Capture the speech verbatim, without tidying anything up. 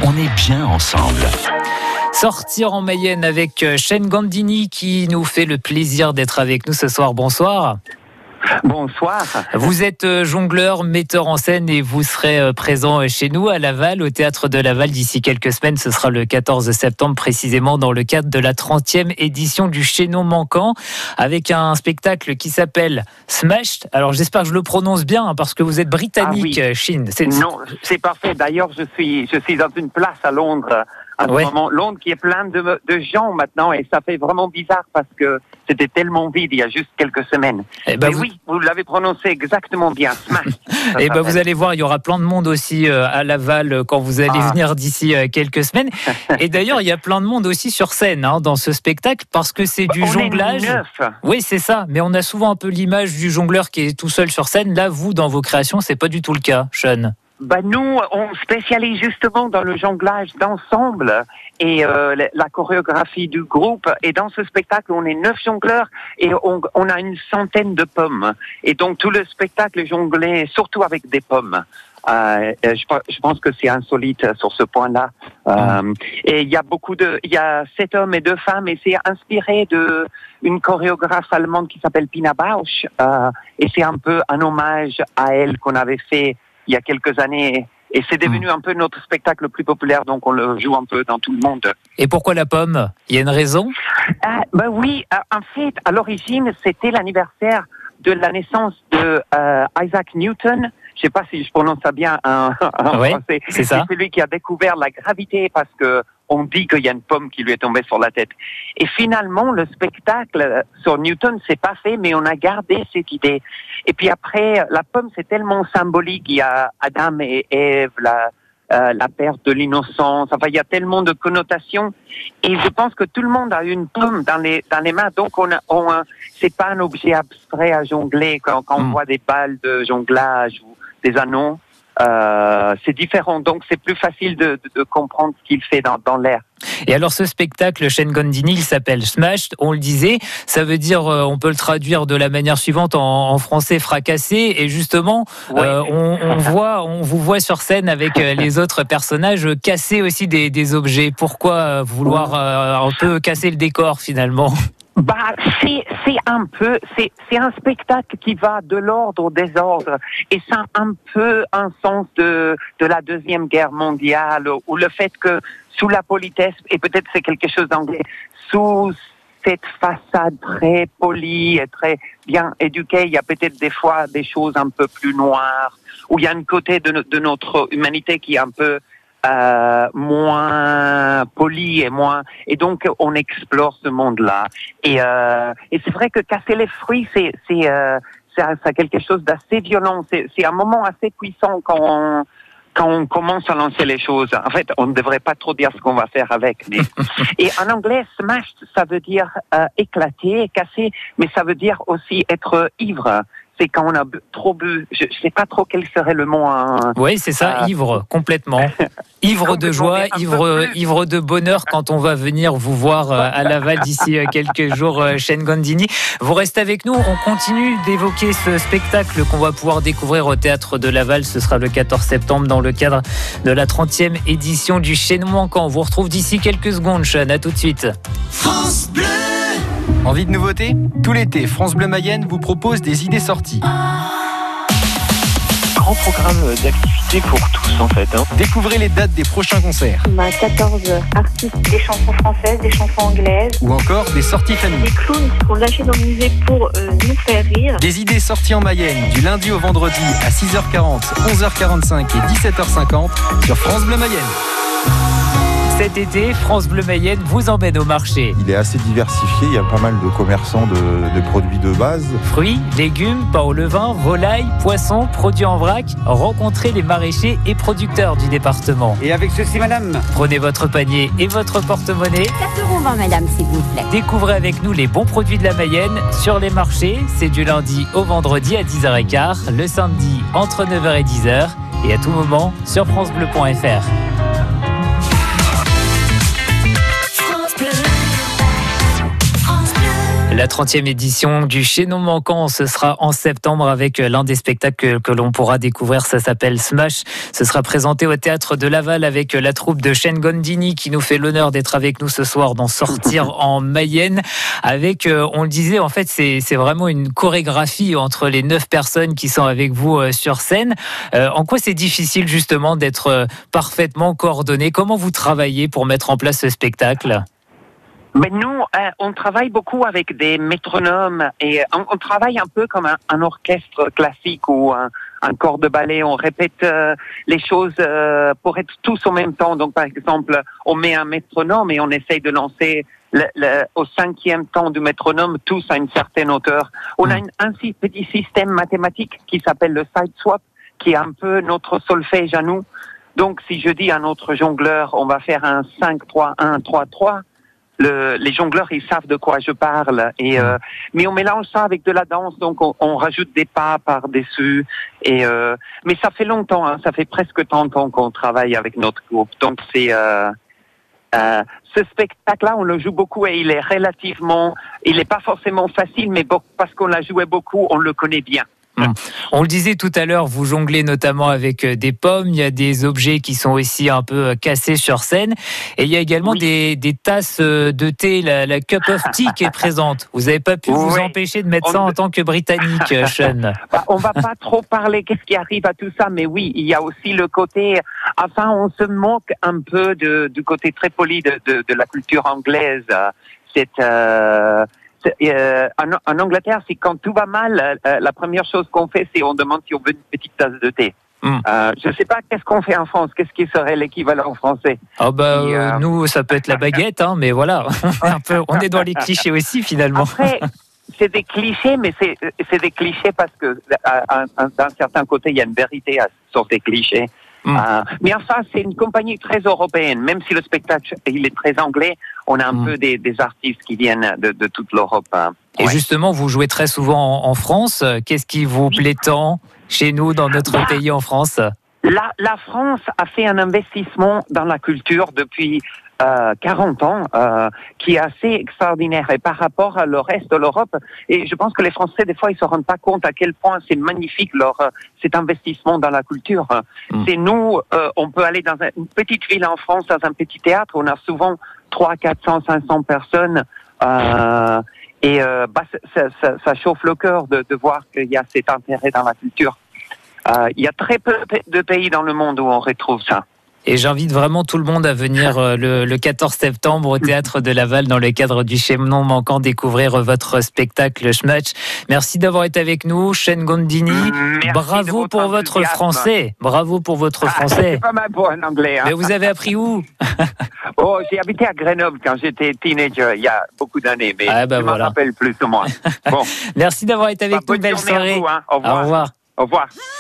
on est bien ensemble. Sortir en Mayenne avec Shane Gandini qui nous fait le plaisir d'être avec nous ce soir. Bonsoir. Bonsoir. Vous êtes jongleur, metteur en scène et vous serez présent chez nous à Laval, au Théâtre de Laval d'ici quelques semaines. Ce sera le quatorze septembre précisément dans le cadre de la trentième édition du Chaînon Manquant avec un spectacle qui s'appelle Smashed. Alors j'espère que je le prononce bien hein, parce que vous êtes britannique, ah oui. Shane. C'est... Non, c'est parfait. D'ailleurs, je suis, je suis dans une place à Londres. À ce ouais. moment, Londres qui est plein de, de gens maintenant et ça fait vraiment bizarre parce que c'était tellement vide il y a juste quelques semaines. Eh ben Mais vous... oui, vous l'avez prononcé exactement bien. Et ben vous allez voir, il y aura plein de monde aussi à Laval quand vous allez ah. venir d'ici quelques semaines. Et d'ailleurs, il y a plein de monde aussi sur scène hein, dans ce spectacle parce que c'est du on jonglage. Est neuf. Oui, c'est ça. Mais on a souvent un peu l'image du jongleur qui est tout seul sur scène. Là, vous, dans vos créations, c'est pas du tout le cas, Sean. Ben nous, on spécialise justement dans le jonglage d'ensemble et euh, la chorégraphie du groupe. Et dans ce spectacle, on est neuf jongleurs et on, on a une centaine de pommes. Et donc tout le spectacle est jonglé surtout avec des pommes. Euh, je, je pense que c'est insolite sur ce point-là. Euh, et il y a beaucoup de, il y a sept hommes et deux femmes et c'est inspiré de une chorégraphe allemande qui s'appelle Pina Bausch. Euh, et c'est un peu un hommage à elle qu'on avait fait il y a quelques années, et c'est devenu un peu notre spectacle le plus populaire, donc on le joue un peu dans tout le monde. Et pourquoi la pomme ? Il y a une raison ? euh, Ben oui, euh, en fait, à l'origine, c'était l'anniversaire de la naissance de euh, Isaac Newton. Je ne sais pas si je prononce ça bien en, en ouais, français. C'est, ça. c'est celui qui a découvert la gravité parce que on dit qu'il y a une pomme qui lui est tombée sur la tête. Et finalement, le spectacle sur Newton, c'est pas fait, mais on a gardé cette idée. Et puis après, la pomme, c'est tellement symbolique. Il y a Adam et Ève, la, euh, la perte de l'innocence. Enfin, il y a tellement de connotations. Et je pense que tout le monde a une pomme dans les, dans les mains. Donc, on a, on a, c'est pas un objet abstrait à jongler quand, quand mm. on voit des balles de jonglage ou des anneaux. Euh, c'est différent, donc c'est plus facile de, de, de comprendre ce qu'il fait dans, dans l'air. Et alors ce spectacle, Shane Gandini, il s'appelle Smashed, on le disait, ça veut dire, on peut le traduire de la manière suivante en, en français, fracassé, et justement, oui. euh, on, on, voit, on vous voit sur scène avec les autres personnages casser aussi des, des objets. Pourquoi vouloir euh, un peu casser le décor finalement ? Bah, c'est, c'est un peu, c'est, c'est un spectacle qui va de l'ordre au désordre. Et ça a un peu un sens de, de la Deuxième Guerre mondiale, ou le fait que sous la politesse, et peut-être c'est quelque chose d'anglais, sous cette façade très polie et très bien éduquée, il y a peut-être des fois des choses un peu plus noires, où il y a un côté de, no- de notre humanité qui est un peu Euh, moins poli et moins et donc on explore ce monde-là et euh, et c'est vrai que casser les fruits c'est c'est euh, c'est, c'est quelque chose d'assez violent, c'est c'est un moment assez puissant quand on quand on commence à lancer les choses. En fait, on ne devrait pas trop dire ce qu'on va faire avec. Mais... Et en anglais, smashed, ça veut dire euh, éclater, casser, mais ça veut dire aussi être ivre. C'est quand on a bu, trop bu. Je ne sais pas trop quel serait le mot. Hein. Oui, c'est ça, euh... ivre, complètement. Ivre de joie, ivre, ivre de bonheur quand on va venir vous voir à Laval d'ici quelques jours, Shane Gandini. Vous restez avec nous, on continue d'évoquer ce spectacle qu'on va pouvoir découvrir au Théâtre de Laval. Ce sera le quatorze septembre dans le cadre de la trentième édition du Chaînon Manquant. On vous retrouve d'ici quelques secondes, Shane. À tout de suite. France Bleu. Envie de nouveautés ? Tout l'été, France Bleu Mayenne vous propose des idées sorties. Grand programme d'activités pour tous en fait. Hein. Découvrez les dates des prochains concerts. On a quatorze artistes, des chansons françaises, des chansons anglaises. Ou encore des sorties famille. Des clowns qui seront lâchés dans le musée pour euh, nous faire rire. Des idées sorties en Mayenne du lundi au vendredi à six heures quarante, onze heures quarante-cinq et dix-sept heures cinquante sur France Bleu Mayenne. Cet été, France Bleu Mayenne vous emmène au marché. Il est assez diversifié, il y a pas mal de commerçants de, de produits de base. Fruits, légumes, pain au levain, volailles, poissons, produits en vrac. Rencontrez les maraîchers et producteurs du département. Et avec ceci, madame ? Prenez votre panier et votre porte-monnaie. quatre euros vingt, madame, s'il vous plaît. Découvrez avec nous les bons produits de la Mayenne sur les marchés. C'est du lundi au vendredi à dix heures quinze, le samedi entre neuf heures et dix heures et à tout moment sur francebleu point f r. La trentième édition du Chaînon Manquant, ce sera en septembre avec l'un des spectacles que, que l'on pourra découvrir. Ça s'appelle Smash. Ce sera présenté au Théâtre de Laval avec la troupe de Shane Gondini qui nous fait l'honneur d'être avec nous ce soir dans Sortir en Mayenne. Avec, euh, on le disait, en fait, c'est, c'est vraiment une chorégraphie entre les neuf personnes qui sont avec vous euh, sur scène. Euh, en quoi c'est difficile justement d'être euh, parfaitement coordonné? Comment vous travaillez pour mettre en place ce spectacle? Mais nous, euh, on travaille beaucoup avec des métronomes et on, on travaille un peu comme un, un orchestre classique ou un, un corps de ballet. On répète euh, les choses euh, pour être tous en même temps. Donc, par exemple, on met un métronome et on essaye de lancer le, le, au cinquième temps du métronome tous à une certaine hauteur. On a une, un petit système mathématique qui s'appelle le side swap, qui est un peu notre solfège à nous. Donc, si je dis à notre jongleur, on va faire un cinq trois un trois trois. Le, les jongleurs, ils savent de quoi je parle. Et euh, mais on mélange ça avec de la danse, donc on, on rajoute des pas par-dessus. Et euh, mais ça fait longtemps, hein, ça fait presque trente ans qu'on travaille avec notre groupe. Donc c'est euh, euh, ce spectacle-là, on le joue beaucoup et il est relativement, il n'est pas forcément facile, mais bon, parce qu'on l'a joué beaucoup, on le connaît bien. On le disait tout à l'heure, vous jonglez notamment avec des pommes, il y a des objets qui sont aussi un peu cassés sur scène et il y a également oui. des, des tasses de thé, la, la cup of tea qui est présente. Vous n'avez pas pu oui. vous empêcher de mettre on... ça en tant que Britannique, Sean. Bah, on ne va pas trop parler qu'est-ce qui arrive à tout ça, mais oui, il y a aussi le côté, enfin on se moque un peu de, du côté très poli de, de, de la culture anglaise. C'est... Euh... Euh, en, en Angleterre, c'est quand tout va mal, euh, la première chose qu'on fait, c'est on demande si on veut une petite tasse de thé. Mm. Euh, je ne sais pas qu'est-ce qu'on fait en France, qu'est-ce qui serait l'équivalent en français. Ah bah Et, euh... nous, ça peut être la baguette, hein, mais voilà, on est, un peu, on est dans les clichés aussi finalement. Après, c'est des clichés, mais c'est, c'est des clichés parce que à, à, d'un certain côté, il y a une vérité à, sur ces clichés. Mm. Euh, mais enfin, c'est une compagnie très européenne. Même si le spectacle il est très anglais, on a un mm. peu des, des artistes qui viennent de, de toute l'Europe. Hein. Et ouais. justement, vous jouez très souvent en, en France. Qu'est-ce qui vous plaît tant chez nous, dans notre bah, pays en France? la, la France a fait un investissement dans la culture depuis euh, quarante ans, euh, qui est assez extraordinaire. Et par rapport à le reste de l'Europe, et je pense que les Français, des fois, ils se rendent pas compte à quel point c'est magnifique leur cet investissement dans la culture. Mmh. C'est nous, euh, on peut aller dans une petite ville en France, dans un petit théâtre, on a souvent trois, quatre cents, cinq cents personnes. Euh, et euh, bah, ça, ça, ça chauffe le cœur de, de voir qu'il y a cet intérêt dans la culture. Euh, il y a très peu de pays dans le monde où on retrouve ça. Et j'invite vraiment tout le monde à venir le, le quatorze septembre au Théâtre de Laval dans le cadre du Chaînon Manquant découvrir votre spectacle Smash. Merci d'avoir été avec nous, Shane Gondini. Merci. Bravo pour votre français. Bravo pour votre ah, français. C'est pas mal pour un anglais. Hein. Mais vous avez appris où? Oh, j'ai habité à Grenoble quand j'étais teenager, il y a beaucoup d'années, mais ah bah je voilà. m'en rappelle plus ou moins. Bon. Merci d'avoir été avec bah, nous. Belle soirée. Vous, hein. Au revoir. Au revoir. Au revoir.